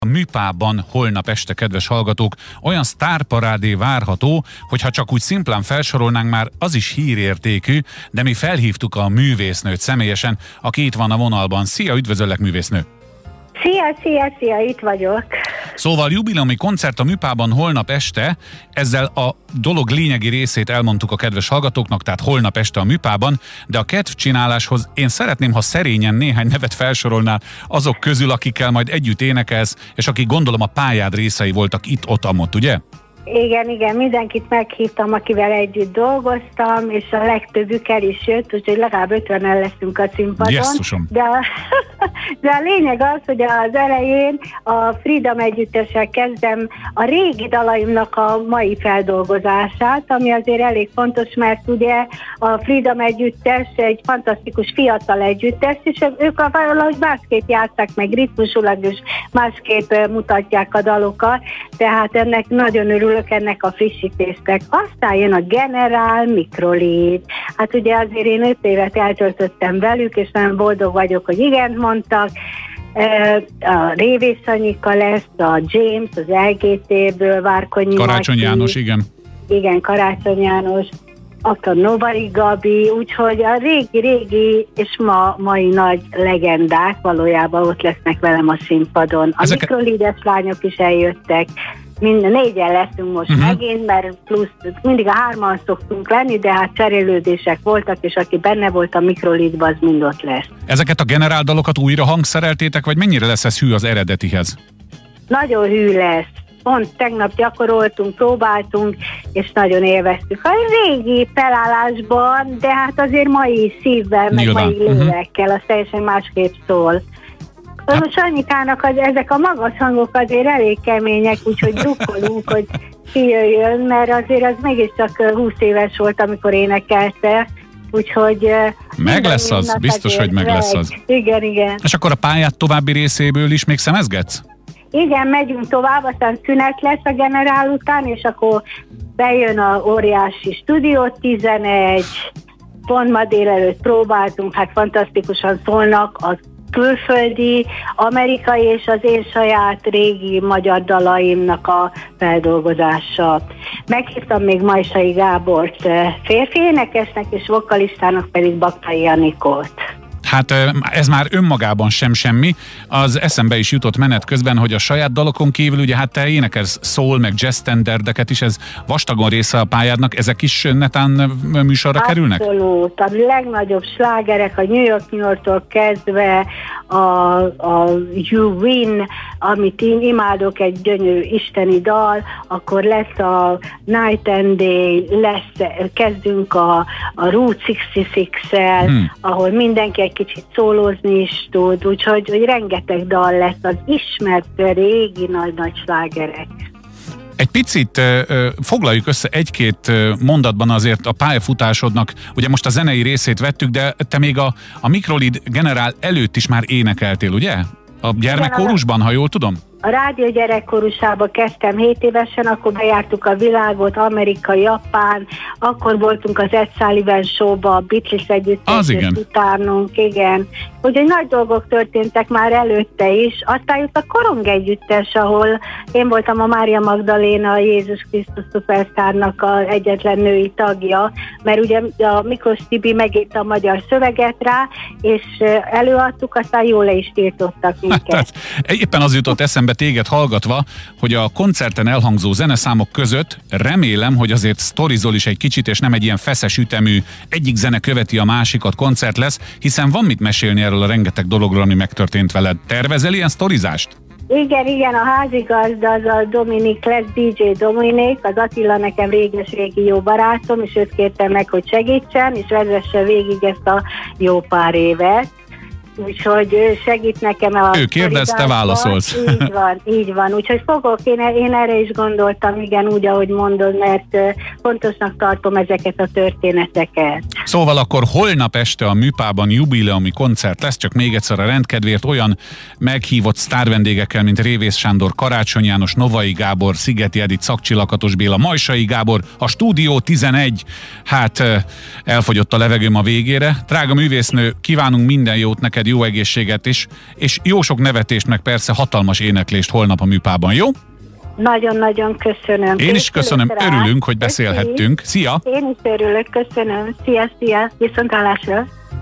A Műpában holnap este, kedves hallgatók, olyan sztárparádé várható, hogyha csak úgy szimplán felsorolnánk, már az is hírértékű, de mi felhívtuk a művésznőt személyesen, aki itt van a vonalban. Szia, üdvözöllek, művésznő! Szia, itt vagyok. Szóval jubileumi koncert a Műpában holnap este, ezzel a dolog lényegi részét elmondtuk a kedves hallgatóknak, tehát holnap este a Műpában, de a kedvcsináláshoz én szeretném, ha szerényen néhány nevet felsorolnál azok közül, akikkel majd együtt énekelsz, és akik gondolom a pályád részei voltak itt-ott, ugye? Igen, mindenkit meghívtam, akivel együtt dolgoztam, és a legtöbbük el is jött, úgyhogy legalább 50-en leszünk a színpadon. Jesszusom. De a lényeg az, hogy az elején a Freedom együttessel kezdem a régi dalaimnak a mai feldolgozását, ami azért elég fontos, mert ugye a Freedom együttes egy fantasztikus fiatal együttes, és ők valahogy másképp játsszák meg ritmusulag, és másképp mutatják a dalokat, tehát ennek nagyon örülök, ennek a frissítésnek. Aztán jön a Generál Microlead. Hát ugye azért én 5 évet eltöltöttem velük, és nagyon boldog vagyok, hogy igent mondtak. A Révész Anyika lesz, a James, az LGT-ből, Várkonyi Karácsony Marci. János, igen. Igen, Karácsony János. Akkor Novai Gabi, úgyhogy a régi és mai nagy legendák valójában ott lesznek velem a színpadon. A Microlead-es lányok is eljöttek. Minden 4-en leszünk most megint, mert plusz mindig a 3-an szoktunk lenni, de hát cserélődések voltak, és aki benne volt a Microleadban, az mind ott lesz. Ezeket a generál dalokat újra hangszereltétek, vagy mennyire lesz ez hű az eredetihez? Nagyon hű lesz. Pont tegnap gyakoroltunk, próbáltunk, és nagyon élveztük. A régi felállásban, de hát azért mai szívvel, meg mai lélekkel, az teljesen másképp szól. Most Anyikának ezek a magas hangok azért elég kemények, úgyhogy drukkolunk, hogy kijöjjön, mert azért az mégiscsak 20 éves volt, amikor énekelte, úgyhogy... Meg lesz az, biztos, hogy meg lesz az. Igen. És akkor a pályát további részéből is még szemezgetsz? Igen, megyünk tovább, aztán szünet lesz a Generál után, és akkor bejön a óriási Stúdió 11, pont ma délelőtt próbáltunk, hát fantasztikusan szólnak az külföldi, amerikai és az én saját régi magyar dalaimnak a feldolgozása. Meghívtam még Majsai Gábort férfi énekesnek, és vokalistának pedig Baktai Anikót. Hát ez már önmagában sem semmi. Az eszembe is jutott menet közben, hogy a saját dalokon kívül, ugye hát te énekelsz soul, meg jazz standardeket is, ez vastagon része a pályádnak, ezek is netán műsorra kerülnek? Abszolút. A legnagyobb slágerek, a New York-tól kezdve a You Win, amit én imádok, egy gyönyörű isteni dal, akkor lesz a Night and Day, kezdünk a Route 66-szel, ahol mindenki egy kicsit szólózni is tud, úgyhogy rengeteg dal lesz, az ismert régi nagy nagy-slágerek. Egy picit foglaljuk össze egy-két mondatban azért a pályafutásodnak, ugye most a zenei részét vettük, de te még a Microlead Generál előtt is már énekeltél, ugye? A gyermekkórusban, ha jól tudom? A rádió gyerekkorusába kezdtem 7 évesen, akkor bejártuk a világot, Amerika, Japán, akkor voltunk az Ed Sullivan Show-ba, a Beatles együttesét utánunk, igen. Úgyhogy nagy dolgok történtek már előtte is. Aztán jött a Korong együttes, ahol én voltam a Mária Magdaléna, a Jézus Krisztus Szupersztárnak az egyetlen női tagja, mert ugye a Miklós Tibi megírta a magyar szöveget rá, és előadtuk, aztán jól le is tiltottak minket. Hát, éppen az jutott eszembe téged hallgatva, hogy a koncerten elhangzó zeneszámok között remélem, hogy azért sztorizol is egy kicsit, és nem egy ilyen feszes ütemű, egyik zene követi a másikat koncert lesz, hiszen van mit mesélni erről a rengeteg dologról, ami megtörtént veled. Tervezel ilyen sztorizást? Igen, a házigazda az a Dominik lesz, DJ Dominik, az Attila nekem régi jó barátom, és őt kértem meg, hogy segítsen, és vezesse végig ezt a jó pár évet. Úgyhogy ő segít nekem a... Ő kérdez, te válaszolsz. Így van. Úgyhogy fogok, én erre is gondoltam, igen, úgy, ahogy mondod, mert fontosnak tartom ezeket a történeteket. Szóval akkor holnap este a Műpában jubileumi koncert lesz, csak még egyszer a rendkedvéért olyan meghívott sztárvendégekkel, mint Révész Sándor, Karácsony János, Novai Gábor, Szigeti Edit, Szakcsi Lakatos Béla, Majsai Gábor, a Stúdió 11. Hát elfogyott a levegőm a végére. Drága művésznő, kívánunk minden jót neked, jó egészséget is, és jó sok nevetést, meg persze hatalmas éneklést holnap a műpában, jó? Nagyon-nagyon köszönöm. Én is köszönöm, örülünk, hogy beszélhettünk. Szia! Én is örülök, köszönöm. Szia, viszontlátásra!